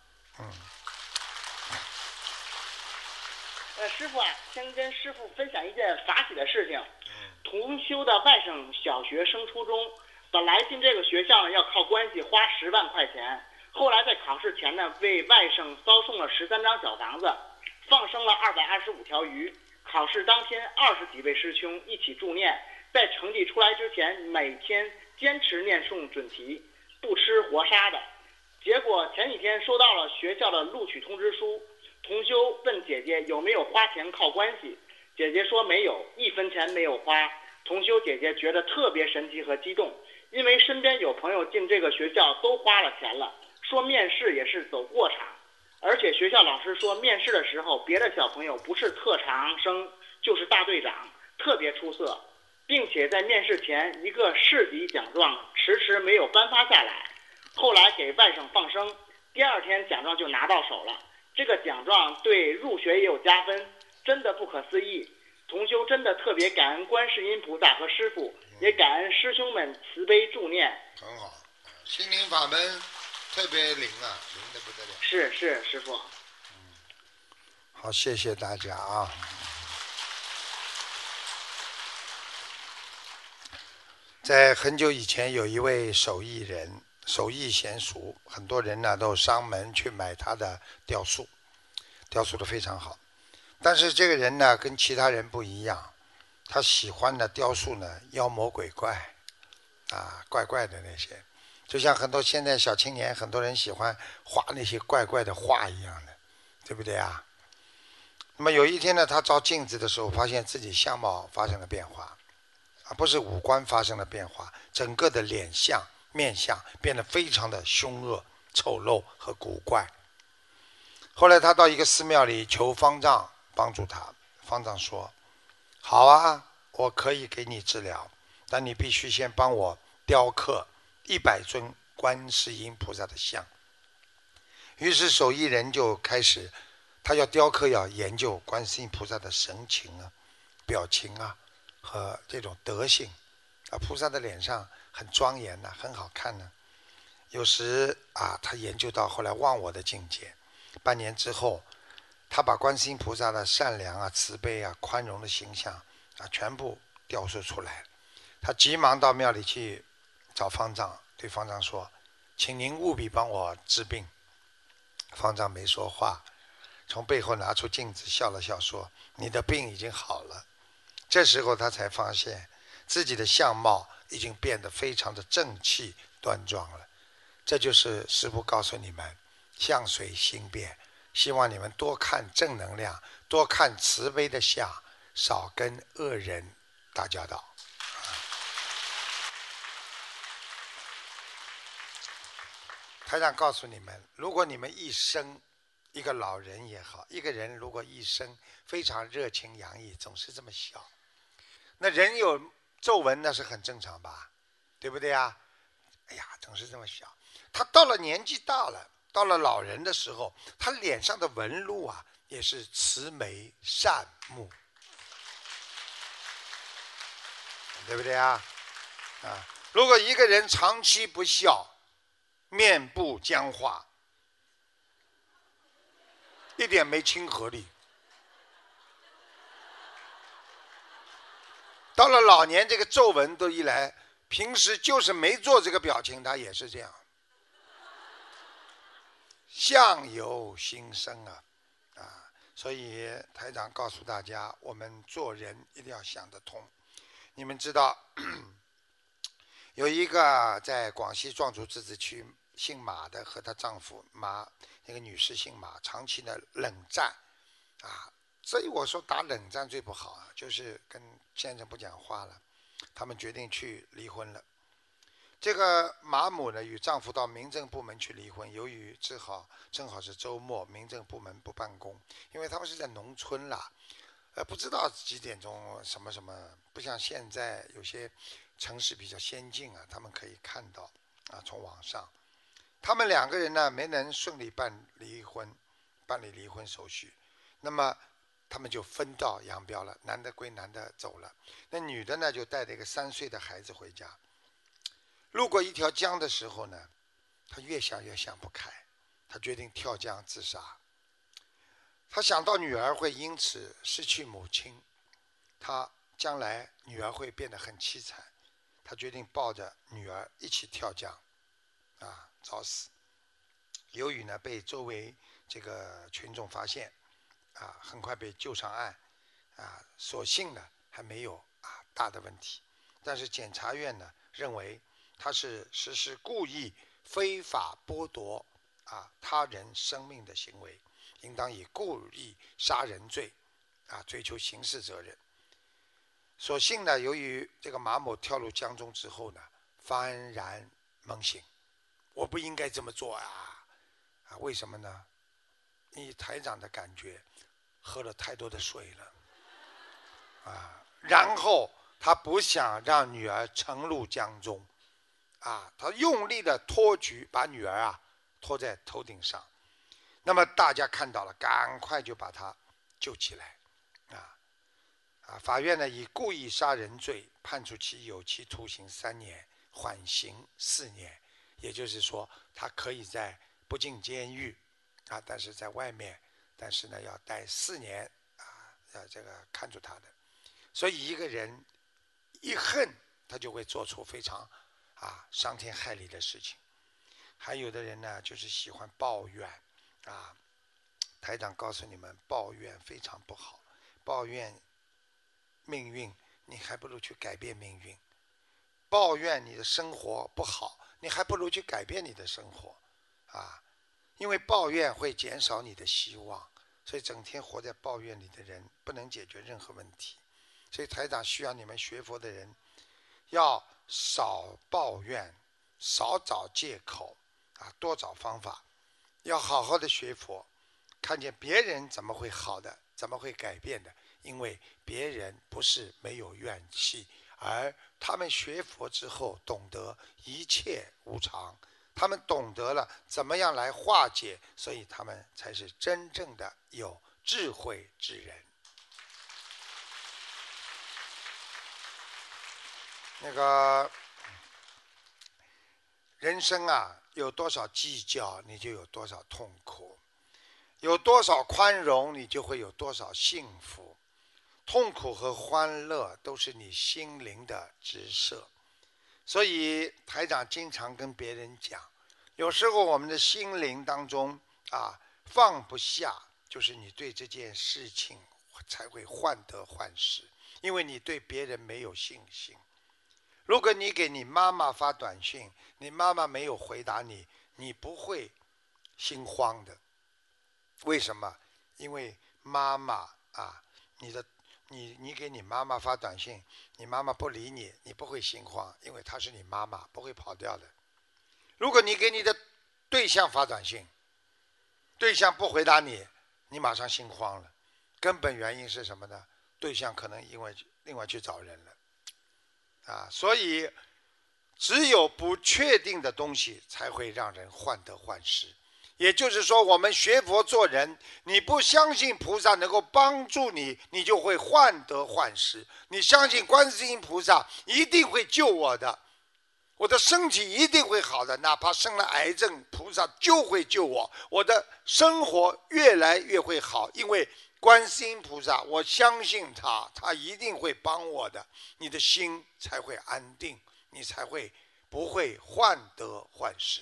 师傅先跟师傅分享一件法喜的事情。同修的外甥小学升初中，本来进这个学校呢要靠关系花10万块钱，后来在考试前呢为外甥捎送了13张小房子，放生了225条鱼。考试当天20几位师兄一起助念，在成绩出来之前每天坚持念诵准提，不吃活杀的。结果前几天收到了学校的录取通知书，同修问姐姐有没有花钱靠关系，姐姐说没有，1分钱没有花。同修姐姐觉得特别神奇和激动，因为身边有朋友进这个学校都花了钱了，说面试也是走过场，而且学校老师说面试的时候别的小朋友不是特长生就是大队长，特别出色，并且在面试前一个市级奖状迟迟没有颁发下来，后来给外甥放生， 第二天奖状就拿到手了。这个奖状对入学也有加分，真的不可思议。同修真的特别感恩观世音菩萨和师父，也感恩师兄们慈悲助念。 很好，心灵法门特别灵啊，灵的不得了。 是师父。 好，谢谢大家啊。在很久以前，有一位手艺人，手艺娴熟，很多人呢都上门去买他的雕塑，雕塑的非常好。但是这个人呢跟其他人不一样，他喜欢的雕塑呢妖魔鬼怪，怪怪的那些，就像很多现在小青年，很多人喜欢画那些怪怪的画一样的，对不对啊？那么有一天呢，他照镜子的时候，发现自己相貌发生了变化，不是五官发生了变化，整个的脸相、面相变得非常的凶恶、丑陋和古怪。后来他到一个寺庙里求方丈帮助他，方丈说：“好啊，我可以给你治疗，但你必须先帮我雕刻100尊观世音菩萨的像。”于是手艺人就开始，他要雕刻，要研究观世音菩萨的神情啊、表情啊和这种德性啊，菩萨的脸上很庄严呐，很好看呢。有时他研究到后来忘我的境界。半年之后，他把观世音菩萨的善良啊、慈悲啊、宽容的形象全部雕塑出来。他急忙到庙里去找方丈，对方丈说：“请您务必帮我治病。”方丈没说话，从背后拿出镜子笑了笑说：“你的病已经好了。”这时候他才发现自己的相貌已经变得非常的正气端庄了。这就是师父告诉你们，相随心变，希望你们多看正能量，多看慈悲的相，少跟恶人打交道。台长告诉你们，如果你们一生，一个老人也好，一个人如果一生非常热情洋溢，总是这么笑，那人有皱纹那是很正常吧，对不对啊？哎呀，总是这么笑。他到了年纪大了，到了老人的时候，他脸上的纹路也是慈眉善目，对不对啊？如果一个人长期不笑，面部僵化，一点没亲和力，到了老年，这个皱纹都一来，平时就是没做这个表情，他也是这样。相由心生所以台长告诉大家，我们做人一定要想得通。你们知道，有一个在广西壮族自治区姓马的和她丈夫那个女士姓马，长期的冷战所以我说打冷战最不好就是跟先生不讲话了，他们决定去离婚了。这个马母呢与丈夫到民政部门去离婚，由于正好是周末，民政部门不办公，因为他们是在农村啦，不知道几点钟什么，不像现在有些城市比较先进他们可以看到从网上。他们两个人呢没能顺利办理离婚手续，那么他们就分道扬镳了，男的归男的走了，那女的呢就带着一个3岁的孩子回家。路过一条江的时候呢，他越想越想不开，他决定跳江自杀。他想到女儿会因此失去母亲，他将来女儿会变得很凄惨，他决定抱着女儿一起跳江找死。由于呢被周围这个群众发现很快被救上岸所幸呢还没有大的问题，但是检察院呢认为他是实施故意非法剥夺他人生命的行为，应当以故意杀人罪追究刑事责任。所幸呢，由于这个马某跳入江中之后呢，幡然猛醒，我不应该这么做为什么呢？以台长的感觉，喝了太多的水了然后他不想让女儿沉入江中他用力的托举，把女儿拖在头顶上。那么大家看到了，赶快就把他救起来，法院呢以故意杀人罪判处其有期徒刑3年，缓刑4年，也就是说他可以在不进监狱但是在外面，但是呢要待4年要这个看住他的。所以一个人一恨，他就会做出非常伤天害理的事情。还有的人呢就是喜欢抱怨台长告诉你们，抱怨非常不好，抱怨命运，你还不如去改变命运。抱怨你的生活不好，你还不如去改变你的生活因为抱怨会减少你的希望，所以整天活在抱怨里的人不能解决任何问题。所以台长需要你们学佛的人要少抱怨，少找借口多找方法，要好好的学佛，看见别人怎么会好的，怎么会改变的，因为别人不是没有怨气，而他们学佛之后懂得一切无常，他们懂得了怎么样来化解，所以他们才是真正的有智慧之人。那个人生有多少计较，你就有多少痛苦；有多少宽容，你就会有多少幸福。痛苦和欢乐都是你心灵的直射。所以台长经常跟别人讲，有时候我们的心灵当中放不下，就是你对这件事情才会患得患失，因为你对别人没有信心。如果你给你妈妈发短信，你妈妈没有回答你，你不会心慌的。为什么？因为妈妈你给你妈妈发短信，你妈妈不理你，你不会心慌，因为她是你妈妈，不会跑掉的。如果你给你的对象发短信，对象不回答你，你马上心慌了。根本原因是什么呢？对象可能因为另外去找人了。所以只有不确定的东西才会让人患得患失。也就是说，我们学佛做人，你不相信菩萨能够帮助你，你就会患得患失。你相信观世音菩萨一定会救我的，我的身体一定会好的，哪怕生了癌症，菩萨就会救我，我的生活越来越会好，因为观世音菩萨，我相信他一定会帮我的，你的心才会安定，你才会不会患得患失。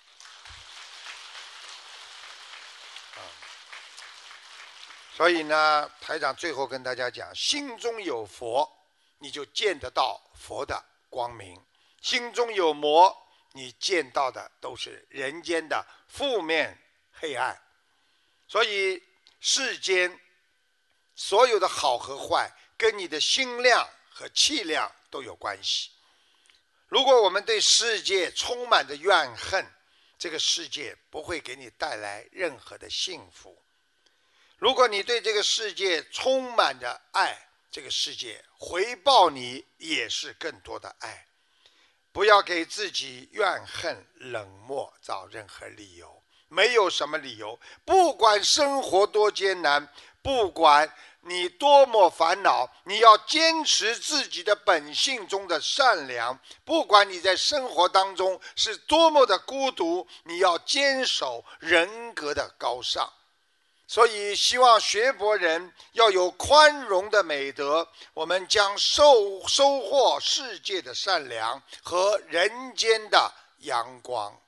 所以呢，台长最后跟大家讲，心中有佛，你就见得到佛的光明；心中有魔，你见到的都是人间的负面黑暗。所以世间所有的好和坏，跟你的心量和气量都有关系。如果我们对世界充满着怨恨，这个世界不会给你带来任何的幸福。如果你对这个世界充满着爱，这个世界回报你也是更多的爱。不要给自己怨恨、冷漠找任何理由，没有什么理由。不管生活多艰难，不管你多么烦恼，你要坚持自己的本性中的善良。不管你在生活当中是多么的孤独，你要坚守人格的高尚。所以希望学佛人要有宽容的美德，我们将收获世界的善良和人间的阳光。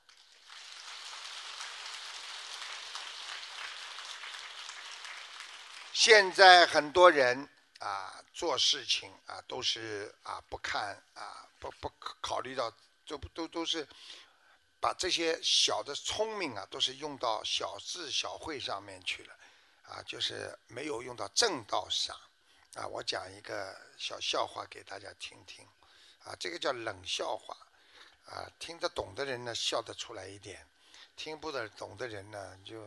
现在很多人做事情都是不看不考虑到，都是把这些小的聪明都是用到小智小慧上面去了就是没有用到正道上我讲一个小笑话给大家听听这个叫冷笑话听得懂的人呢笑得出来一点，听不懂的人呢就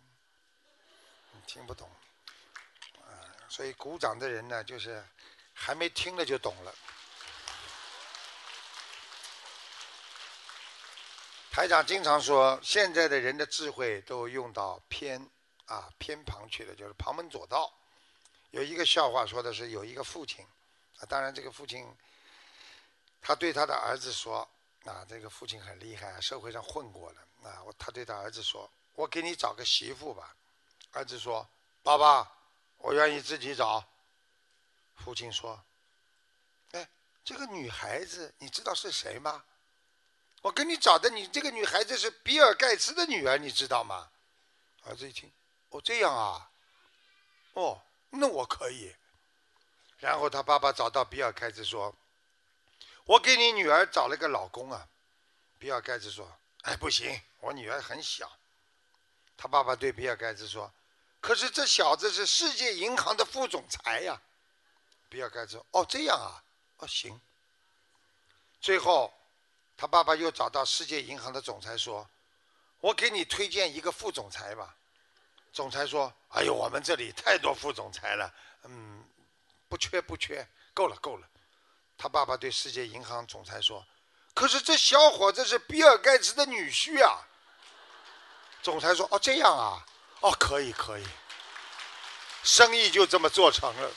听不懂所以鼓掌的人呢就是还没听了就懂了。 台长经常说，现在的人的智慧都用到偏旁去了，就是旁门左道。有一个笑话说的是，有一个父亲，当然这个父亲，他对他的儿子说，这个父亲很厉害，社会上混过了，他对他儿子说，我给你找个媳妇吧。儿子说，爸爸，我愿意自己找。父亲说，哎，这个女孩子你知道是谁吗？我跟你找的你这个女孩子是比尔盖茨的女儿，你知道吗？儿子一听，哦，这样啊，哦，那我可以。然后他爸爸找到比尔盖茨说，我给你女儿找了个老公啊。比尔盖茨说，哎，不行，我女儿很小。他爸爸对比尔盖茨说，可是这小子是世界银行的副总裁呀。比尔盖茨说，哦，这样啊，哦，行。最后他爸爸又找到世界银行的总裁说，我给你推荐一个副总裁吧。总裁说，哎呦，我们这里太多副总裁了，不缺，够了。他爸爸对世界银行总裁说，可是这小伙子是比尔盖茨的女婿啊。总裁说，哦，这样啊，哦，可以，生意就这么做成了。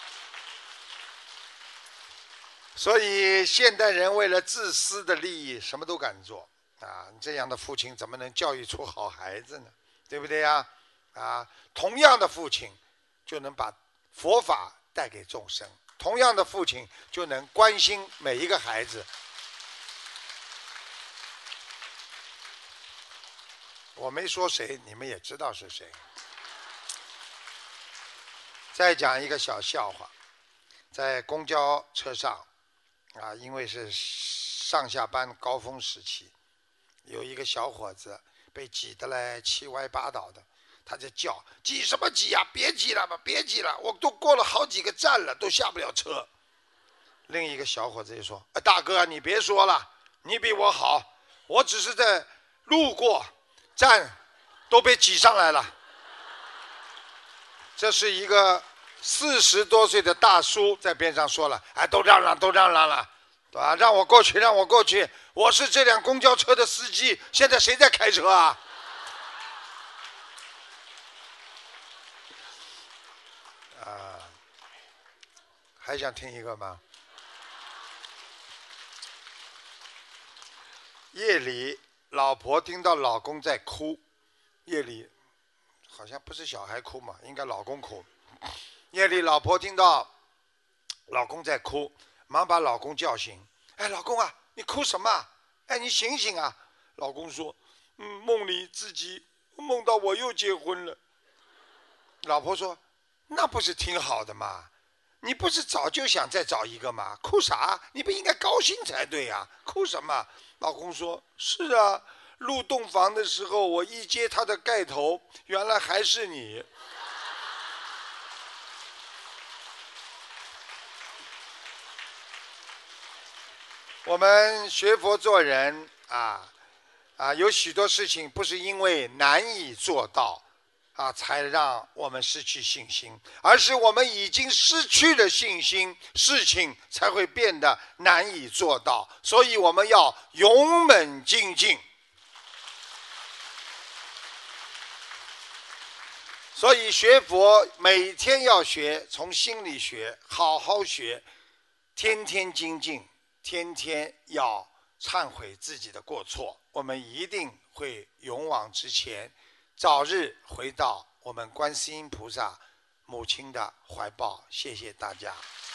所以现代人为了自私的利益，什么都敢做这样的父亲怎么能教育出好孩子呢？对不对呀？同样的父亲就能把佛法带给众生，同样的父亲就能关心每一个孩子。我没说谁，你们也知道是谁。再讲一个小笑话，在公交车上因为是上下班高峰时期，有一个小伙子被挤得来七歪八倒的，他就叫，挤什么挤呀，别挤了吧，别挤了，我都过了好几个站了，都下不了车。另一个小伙子就说，大哥你别说了，你比我好，我只是在路过站都被挤上来了。这是一个40多岁的大叔在边上说了，都让了，让我过去，我是这辆公交车的司机，现在谁在开车啊？还想听一个吗？夜里老婆听到老公在哭，夜里好像不是小孩哭嘛，应该老公哭。夜里老婆听到老公在哭，忙把老公叫醒。老公啊，你哭什么？你醒醒啊！老公说，梦里自己梦到我又结婚了。老婆说，那不是挺好的吗？你不是早就想再找一个吗？哭啥？你不应该高兴才对啊，哭什么？老公说，是啊，入洞房的时候我一揭他的盖头，原来还是你。我们学佛做人有许多事情不是因为难以做到才让我们失去信心，而是我们已经失去了信心，事情才会变得难以做到。所以我们要勇猛精进。所以学佛每天要学，从心里学，好好学，天天精进，天天要忏悔自己的过错，我们一定会勇往直前，早日回到我们观世音菩萨母亲的怀抱。谢谢大家。